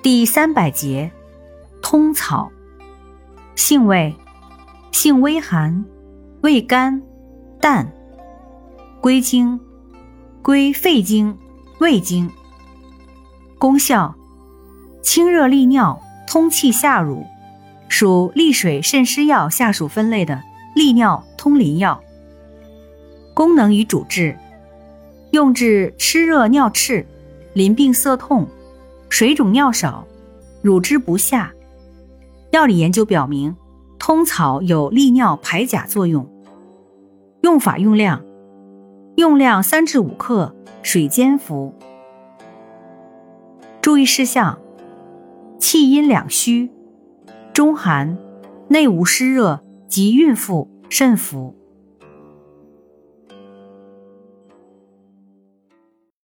第300节，通草。性味，性微寒，味甘淡，归经，归肺经、胃经。功效，清热利尿，通气下乳，属利水渗湿药下属分类的利尿通淋药。功能与主治，用治湿热尿赤、淋病涩痛、水肿尿少、乳汁不下。药理研究表明，通草有利尿排钾作用。用法用量3至5克，水煎服。注意事项，气阴两虚，中寒，内无湿热及孕妇慎服。